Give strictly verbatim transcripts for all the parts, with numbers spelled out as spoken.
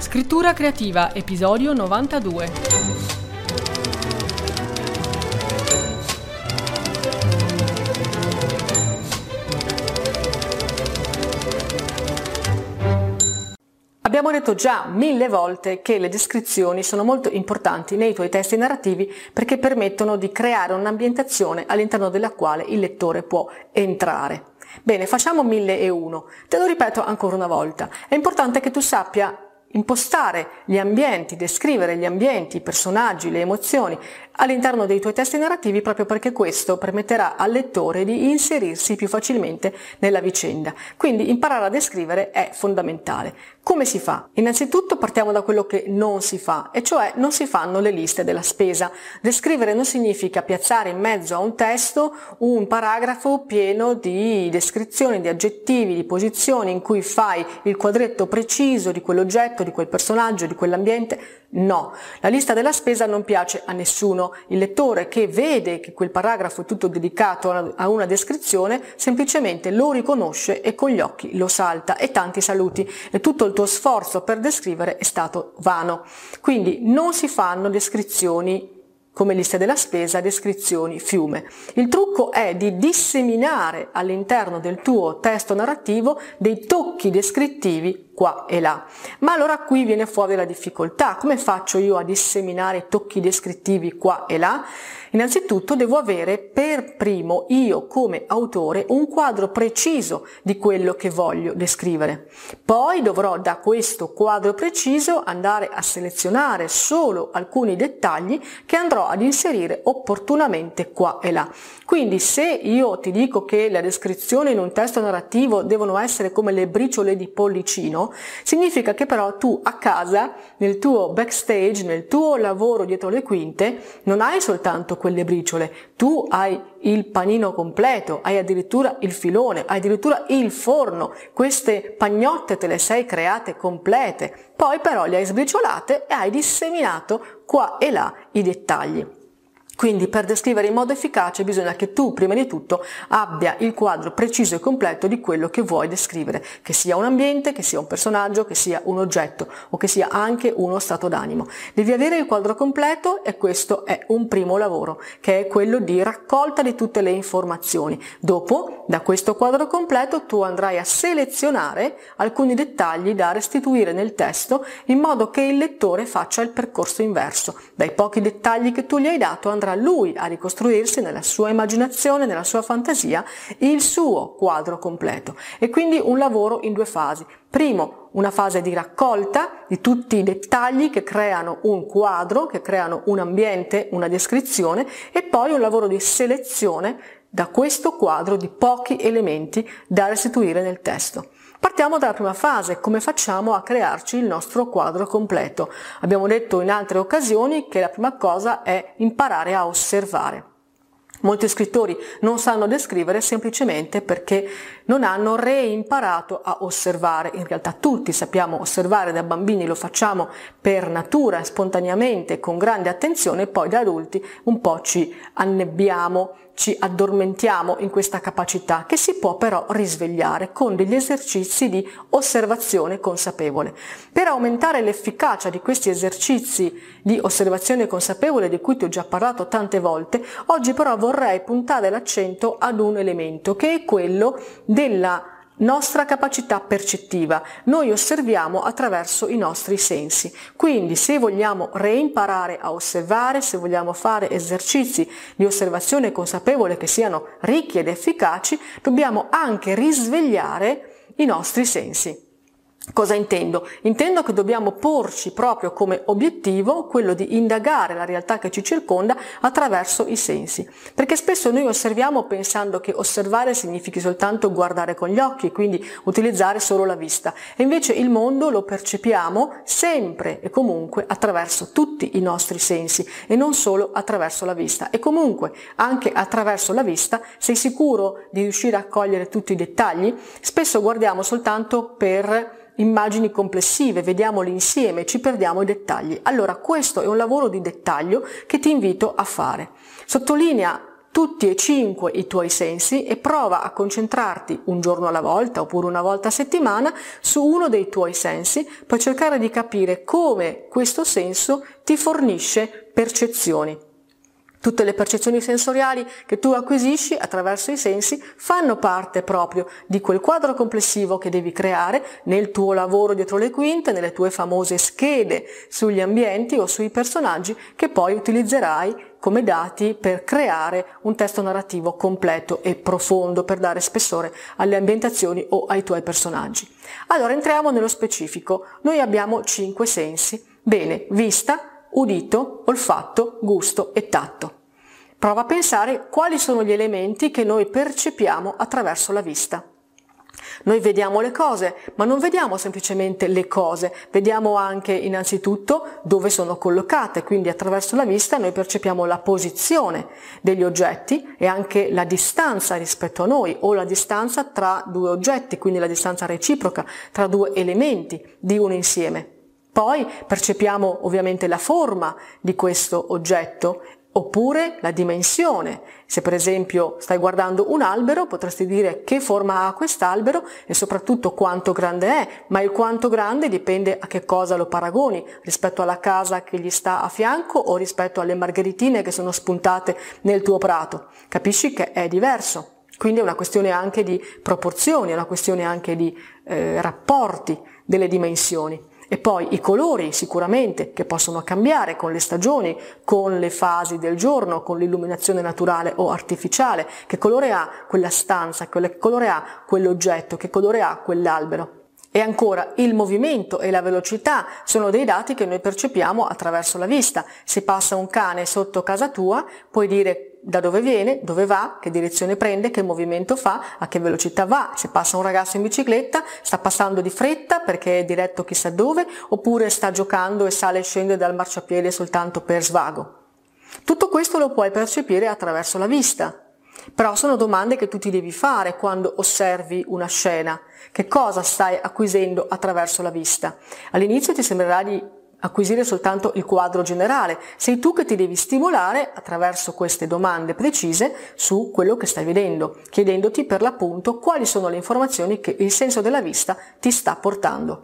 Scrittura creativa, episodio novantadue. Abbiamo detto già mille volte che le descrizioni sono molto importanti nei tuoi testi narrativi perché permettono di creare un'ambientazione all'interno della quale il lettore può entrare. Bene, facciamo mille e uno. Te lo ripeto ancora una volta. È importante che tu sappia impostare gli ambienti, descrivere gli ambienti, i personaggi, le emozioni all'interno dei tuoi testi narrativi, proprio perché questo permetterà al lettore di inserirsi più facilmente nella vicenda. Quindi imparare a descrivere è fondamentale. Come si fa? Innanzitutto partiamo da quello che non si fa, e cioè non si fanno le liste della spesa. Descrivere non significa piazzare in mezzo a un testo un paragrafo pieno di descrizioni, di aggettivi, di posizioni in cui fai il quadretto preciso di quell'oggetto, di quel personaggio, di quell'ambiente. No, la lista della spesa non piace a nessuno. Il lettore che vede che quel paragrafo è tutto dedicato a una descrizione semplicemente lo riconosce e con gli occhi lo salta e tanti saluti, e tutto il tuo sforzo per descrivere è stato vano. Quindi non si fanno descrizioni come liste della spesa, descrizioni fiume. Il trucco è di disseminare all'interno del tuo testo narrativo dei tocchi descrittivi qua e là. Ma allora qui viene fuori la difficoltà. Come faccio io a disseminare tocchi descrittivi qua e là? Innanzitutto devo avere per primo, io come autore, un quadro preciso di quello che voglio descrivere. Poi dovrò da questo quadro preciso andare a selezionare solo alcuni dettagli che andrò ad inserire opportunamente qua e là. Quindi se io ti dico che la descrizione in un testo narrativo devono essere come le briciole di Pollicino, significa che però tu a casa, nel tuo backstage, nel tuo lavoro dietro le quinte, non hai soltanto quelle briciole, tu hai il panino completo, hai addirittura il filone, hai addirittura il forno, queste pagnotte te le sei create complete, poi però le hai sbriciolate e hai disseminato qua e là i dettagli. Quindi per descrivere in modo efficace bisogna che tu prima di tutto abbia il quadro preciso e completo di quello che vuoi descrivere, che sia un ambiente, che sia un personaggio, che sia un oggetto o che sia anche uno stato d'animo. Devi avere il quadro completo e questo è un primo lavoro, che è quello di raccolta di tutte le informazioni. Dopo, da questo quadro completo, tu andrai a selezionare alcuni dettagli da restituire nel testo in modo che il lettore faccia il percorso inverso. Dai pochi dettagli che tu gli hai dato andrà lui a ricostruirsi nella sua immaginazione, nella sua fantasia, il suo quadro completo. E quindi un lavoro in due fasi. Primo, una fase di raccolta di tutti i dettagli che creano un quadro, che creano un ambiente, una descrizione, e poi un lavoro di selezione da questo quadro di pochi elementi da restituire nel testo. Partiamo dalla prima fase, come facciamo a crearci il nostro quadro completo. Abbiamo detto in altre occasioni che la prima cosa è imparare a osservare. Molti scrittori non sanno descrivere semplicemente perché non hanno reimparato a osservare. In realtà tutti sappiamo osservare, da bambini lo facciamo per natura, spontaneamente, con grande attenzione, e poi da adulti un po' ci annebbiamo, ci addormentiamo in questa capacità che si può però risvegliare con degli esercizi di osservazione consapevole. Per aumentare l'efficacia di questi esercizi di osservazione consapevole, di cui ti ho già parlato tante volte, oggi però vorrei puntare l'accento ad un elemento che è quello della nostra capacità percettiva. Noi osserviamo attraverso i nostri sensi, quindi se vogliamo reimparare a osservare, se vogliamo fare esercizi di osservazione consapevole che siano ricchi ed efficaci, dobbiamo anche risvegliare i nostri sensi. Cosa intendo? Intendo che dobbiamo porci proprio come obiettivo quello di indagare la realtà che ci circonda attraverso i sensi, perché spesso noi osserviamo pensando che osservare significhi soltanto guardare con gli occhi, quindi utilizzare solo la vista, e invece il mondo lo percepiamo sempre e comunque attraverso tutti i nostri sensi e non solo attraverso la vista. E comunque anche attraverso la vista, sei sicuro di riuscire a cogliere tutti i dettagli? Spesso guardiamo soltanto per immagini complessive, vediamoli insieme, ci perdiamo i dettagli. Allora questo è un lavoro di dettaglio che ti invito a fare. Sottolinea tutti e cinque i tuoi sensi e prova a concentrarti un giorno alla volta oppure una volta a settimana su uno dei tuoi sensi per cercare di capire come questo senso ti fornisce percezioni. Tutte le percezioni sensoriali che tu acquisisci attraverso i sensi fanno parte proprio di quel quadro complessivo che devi creare nel tuo lavoro dietro le quinte, nelle tue famose schede sugli ambienti o sui personaggi che poi utilizzerai come dati per creare un testo narrativo completo e profondo per dare spessore alle ambientazioni o ai tuoi personaggi. Allora entriamo nello specifico. Noi abbiamo cinque sensi. Bene, vista, udito, olfatto, gusto e tatto. Prova a pensare quali sono gli elementi che noi percepiamo attraverso la vista. Noi vediamo le cose, ma non vediamo semplicemente le cose, vediamo anche innanzitutto dove sono collocate, quindi attraverso la vista noi percepiamo la posizione degli oggetti e anche la distanza rispetto a noi o la distanza tra due oggetti, quindi la distanza reciproca tra due elementi di un insieme. Poi percepiamo ovviamente la forma di questo oggetto oppure la dimensione. Se per esempio stai guardando un albero potresti dire che forma ha quest'albero e soprattutto quanto grande è, ma il quanto grande dipende a che cosa lo paragoni, rispetto alla casa che gli sta a fianco o rispetto alle margheritine che sono spuntate nel tuo prato. Capisci che è diverso. Quindi è una questione anche di proporzioni, è una questione anche di eh, rapporti delle dimensioni. E poi i colori sicuramente che possono cambiare con le stagioni, con le fasi del giorno, con l'illuminazione naturale o artificiale. Che colore ha quella stanza, che colore ha quell'oggetto, che colore ha quell'albero. E ancora il movimento e la velocità sono dei dati che noi percepiamo attraverso la vista. Se passa un cane sotto casa tua puoi dire da dove viene, dove va, che direzione prende, che movimento fa, a che velocità va. Se passa un ragazzo in bicicletta, sta passando di fretta perché è diretto chissà dove, oppure sta giocando e sale e scende dal marciapiede soltanto per svago. Tutto questo lo puoi percepire attraverso la vista. Però sono domande che tu ti devi fare quando osservi una scena. Che cosa stai acquisendo attraverso la vista? All'inizio ti sembrerà di acquisire soltanto il quadro generale. Sei tu che ti devi stimolare attraverso queste domande precise su quello che stai vedendo, chiedendoti per l'appunto quali sono le informazioni che il senso della vista ti sta portando.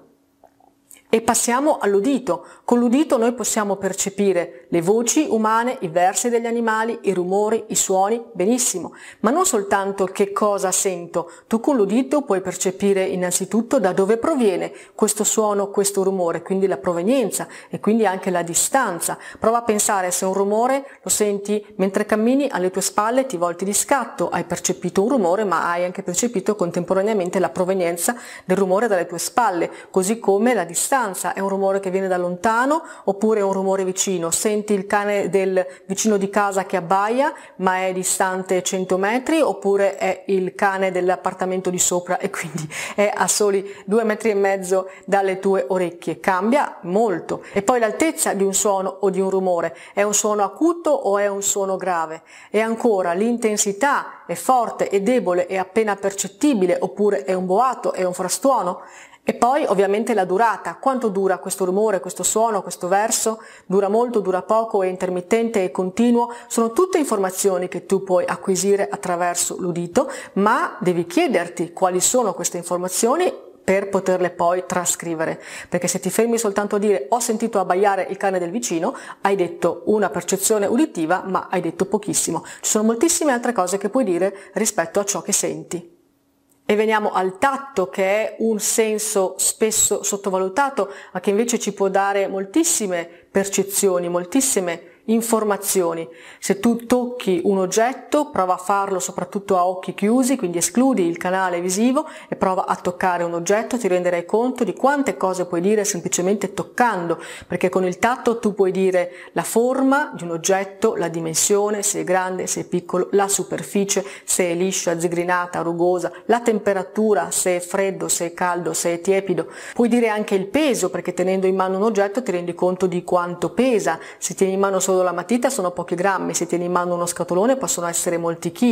E passiamo all'udito. Con l'udito noi possiamo percepire le voci umane, i versi degli animali, i rumori, i suoni, benissimo, ma non soltanto che cosa sento. Tu con l'udito puoi percepire innanzitutto da dove proviene questo suono, questo rumore, quindi la provenienza e quindi anche la distanza. Prova a pensare se un rumore lo senti mentre cammini alle tue spalle, ti volti di scatto, hai percepito un rumore ma hai anche percepito contemporaneamente la provenienza del rumore dalle tue spalle, così come la distanza. È un rumore che viene da lontano oppure è un rumore vicino. Senti il cane del vicino di casa che abbaia ma è distante cento metri, oppure è il cane dell'appartamento di sopra e quindi è a soli due metri e mezzo dalle tue orecchie. Cambia molto. E poi l'altezza di un suono o di un rumore. È un suono acuto o è un suono grave? E ancora l'intensità è forte, è debole, è appena percettibile, oppure è un boato, è un frastuono? E poi ovviamente la durata, quanto dura questo rumore, questo suono, questo verso, dura molto, dura poco, è intermittente, è continuo, sono tutte informazioni che tu puoi acquisire attraverso l'udito, ma devi chiederti quali sono queste informazioni per poterle poi trascrivere, perché se ti fermi soltanto a dire ho sentito abbaiare il cane del vicino, hai detto una percezione uditiva, ma hai detto pochissimo. Ci sono moltissime altre cose che puoi dire rispetto a ciò che senti. E veniamo al tatto, che è un senso spesso sottovalutato, ma che invece ci può dare moltissime percezioni, moltissime informazioni. Se tu tocchi un oggetto, prova a farlo soprattutto a occhi chiusi, quindi escludi il canale visivo e prova a toccare un oggetto, ti renderai conto di quante cose puoi dire semplicemente toccando, perché con il tatto tu puoi dire la forma di un oggetto, la dimensione, se è grande, se è piccolo, la superficie, se è liscia, zigrinata, rugosa, la temperatura, se è freddo, se è caldo, se è tiepido. Puoi dire anche il peso, perché tenendo in mano un oggetto ti rendi conto di quanto pesa. Se tieni in mano solo la matita sono pochi grammi, se tieni in mano uno scatolone possono essere molti chili.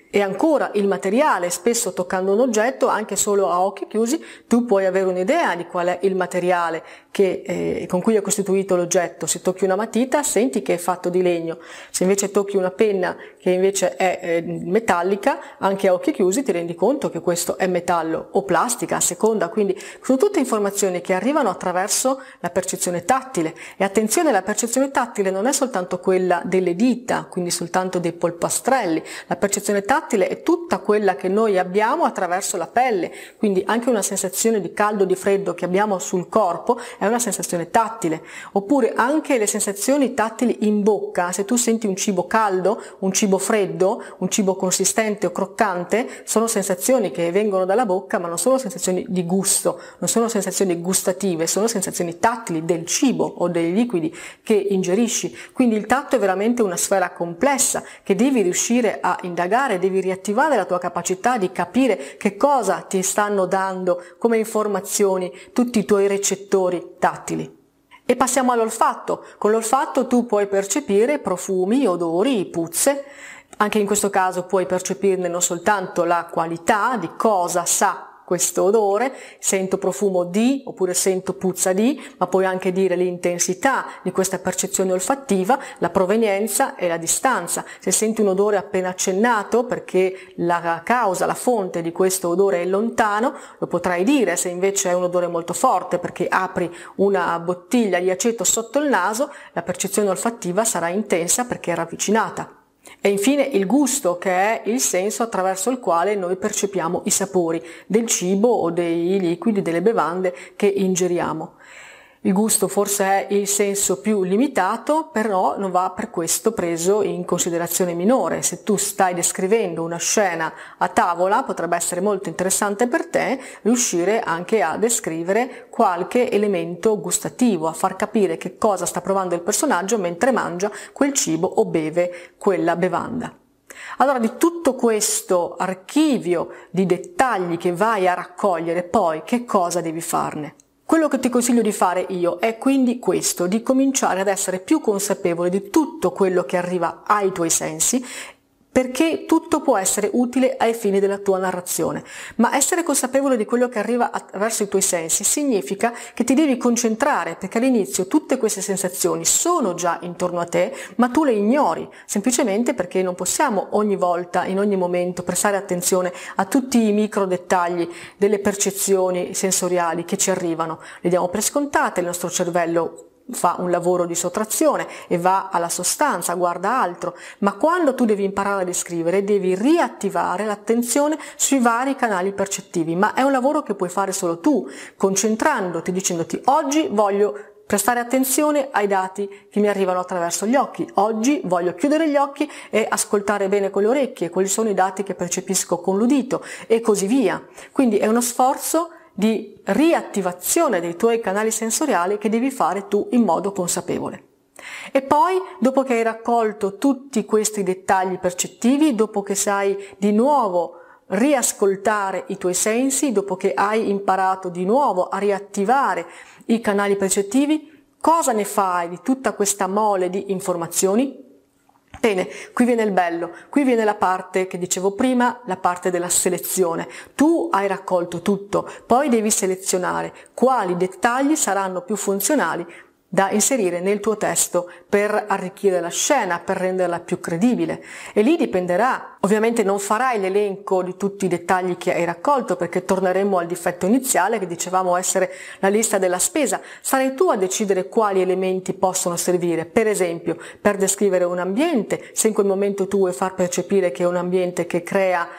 E ancora il materiale, spesso toccando un oggetto, anche solo a occhi chiusi, tu puoi avere un'idea di qual è il materiale che, eh, con cui è costituito l'oggetto. Se tocchi una matita senti che è fatto di legno, se invece tocchi una penna che invece è eh, metallica, anche a occhi chiusi ti rendi conto che questo è metallo o plastica a seconda. Quindi sono tutte informazioni che arrivano attraverso la percezione tattile. E attenzione, la percezione tattile non è soltanto quella delle dita, quindi soltanto dei polpastrelli. La percezione tattile è tutta quella che noi abbiamo attraverso la pelle, quindi anche una sensazione di caldo o di freddo che abbiamo sul corpo è una sensazione tattile. Oppure anche le sensazioni tattili in bocca, se tu senti un cibo caldo, un cibo freddo, un cibo consistente o croccante, sono sensazioni che vengono dalla bocca, ma non sono sensazioni di gusto, non sono sensazioni gustative, sono sensazioni tattili del cibo o dei liquidi che ingerisci. Quindi il tatto è veramente una sfera complessa che devi riuscire a indagare, devi riattivare la tua capacità di capire che cosa ti stanno dando come informazioni tutti i tuoi recettori tattili. E passiamo all'olfatto. Con l'olfatto tu puoi percepire profumi, odori, puzze. Anche in questo caso puoi percepirne non soltanto la qualità, di cosa sa questo odore, sento profumo di, oppure sento puzza di, ma puoi anche dire l'intensità di questa percezione olfattiva, la provenienza e la distanza. Se senti un odore appena accennato, perché la causa, la fonte di questo odore è lontano, lo potrai dire. Se invece è un odore molto forte, perché apri una bottiglia di aceto sotto il naso, la percezione olfattiva sarà intensa perché è ravvicinata. E infine il gusto, che è il senso attraverso il quale noi percepiamo i sapori del cibo o dei liquidi, delle bevande che ingeriamo. Il gusto forse è il senso più limitato, però non va per questo preso in considerazione minore. Se tu stai descrivendo una scena a tavola, potrebbe essere molto interessante per te riuscire anche a descrivere qualche elemento gustativo, a far capire che cosa sta provando il personaggio mentre mangia quel cibo o beve quella bevanda. Allora, di tutto questo archivio di dettagli che vai a raccogliere, poi che cosa devi farne? Quello che ti consiglio di fare io è quindi questo, di cominciare ad essere più consapevole di tutto quello che arriva ai tuoi sensi, perché tutto può essere utile ai fini della tua narrazione. Ma essere consapevole di quello che arriva attraverso i tuoi sensi significa che ti devi concentrare, perché all'inizio tutte queste sensazioni sono già intorno a te, ma tu le ignori, semplicemente perché non possiamo ogni volta, in ogni momento, prestare attenzione a tutti i micro dettagli delle percezioni sensoriali che ci arrivano. Le diamo per scontate, il nostro cervello fa un lavoro di sottrazione e va alla sostanza, guarda altro, ma quando tu devi imparare a descrivere devi riattivare l'attenzione sui vari canali percettivi, ma è un lavoro che puoi fare solo tu, concentrandoti, dicendoti: oggi voglio prestare attenzione ai dati che mi arrivano attraverso gli occhi, oggi voglio chiudere gli occhi e ascoltare bene con le orecchie quali sono i dati che percepisco con l'udito e così via. Quindi è uno sforzo di riattivazione dei tuoi canali sensoriali che devi fare tu in modo consapevole. E poi, dopo che hai raccolto tutti questi dettagli percettivi, dopo che sai di nuovo riascoltare i tuoi sensi, dopo che hai imparato di nuovo a riattivare i canali percettivi, cosa ne fai di tutta questa mole di informazioni? Bene, qui viene il bello, qui viene la parte che dicevo prima, la parte della selezione. Tu hai raccolto tutto, poi devi selezionare quali dettagli saranno più funzionali da inserire nel tuo testo per arricchire la scena, per renderla più credibile. E lì dipenderà. Ovviamente non farai l'elenco di tutti i dettagli che hai raccolto, perché torneremo al difetto iniziale che dicevamo essere la lista della spesa. Sarai tu a decidere quali elementi possono servire. Per esempio, per descrivere un ambiente, se in quel momento tu vuoi far percepire che è un ambiente che crea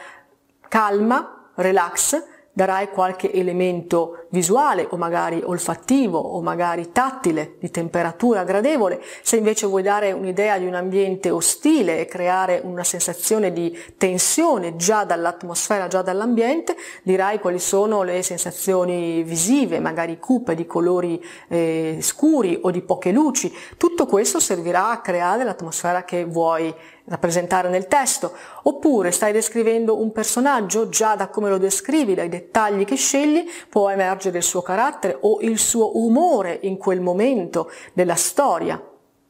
calma, relax, darai qualche elemento visuale o magari olfattivo o magari tattile, di temperatura gradevole. Se invece vuoi dare un'idea di un ambiente ostile e creare una sensazione di tensione già dall'atmosfera, già dall'ambiente, dirai quali sono le sensazioni visive, magari cupe, di colori eh, scuri o di poche luci. Tutto questo servirà a creare l'atmosfera che vuoi rappresentare nel testo. Oppure stai descrivendo un personaggio, già da come lo descrivi, dai dettagli che scegli, può emergere il suo carattere o il suo umore in quel momento della storia.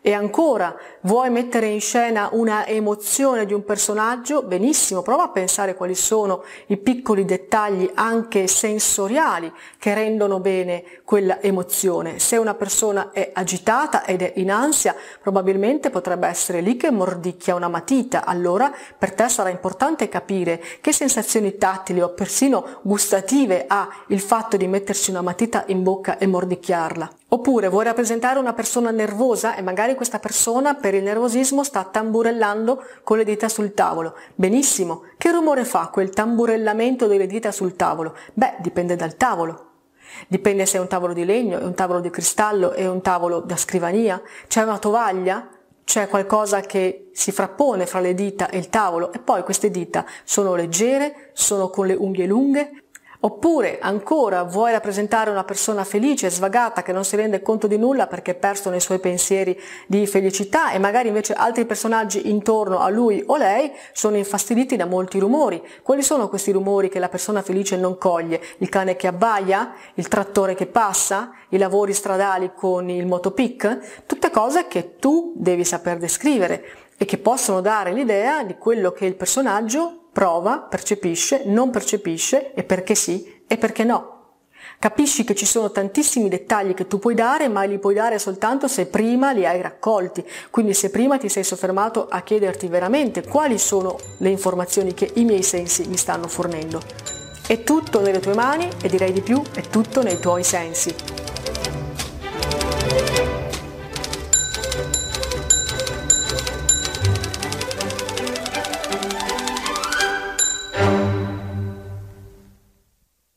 E ancora, vuoi mettere in scena una emozione di un personaggio? Benissimo, prova a pensare quali sono i piccoli dettagli anche sensoriali che rendono bene quella emozione. Se una persona è agitata ed è in ansia, probabilmente potrebbe essere lì che mordicchia una matita. Allora per te sarà importante capire che sensazioni tattili o persino gustative ha il fatto di mettersi una matita in bocca e mordicchiarla. Oppure vuoi rappresentare una persona nervosa e magari questa persona per il nervosismo sta tamburellando con le dita sul tavolo. Benissimo, che rumore fa quel tamburellamento delle dita sul tavolo? Beh, dipende dal tavolo. Dipende se è un tavolo di legno, è un tavolo di cristallo, è un tavolo da scrivania, c'è una tovaglia, c'è qualcosa che si frappone fra le dita e il tavolo e poi queste dita sono leggere, sono con le unghie lunghe. Oppure ancora vuoi rappresentare una persona felice, svagata, che non si rende conto di nulla perché è perso nei suoi pensieri di felicità e magari invece altri personaggi intorno a lui o lei sono infastiditi da molti rumori. Quali sono questi rumori che la persona felice non coglie? Il cane che abbaia? Il trattore che passa? I lavori stradali con il motopic? Tutte cose che tu devi saper descrivere e che possono dare l'idea di quello che il personaggio prova, percepisce, non percepisce e perché sì e perché no. Capisci che ci sono tantissimi dettagli che tu puoi dare, ma li puoi dare soltanto se prima li hai raccolti, quindi se prima ti sei soffermato a chiederti veramente quali sono le informazioni che i miei sensi mi stanno fornendo. È tutto nelle tue mani e direi di più, è tutto nei tuoi sensi.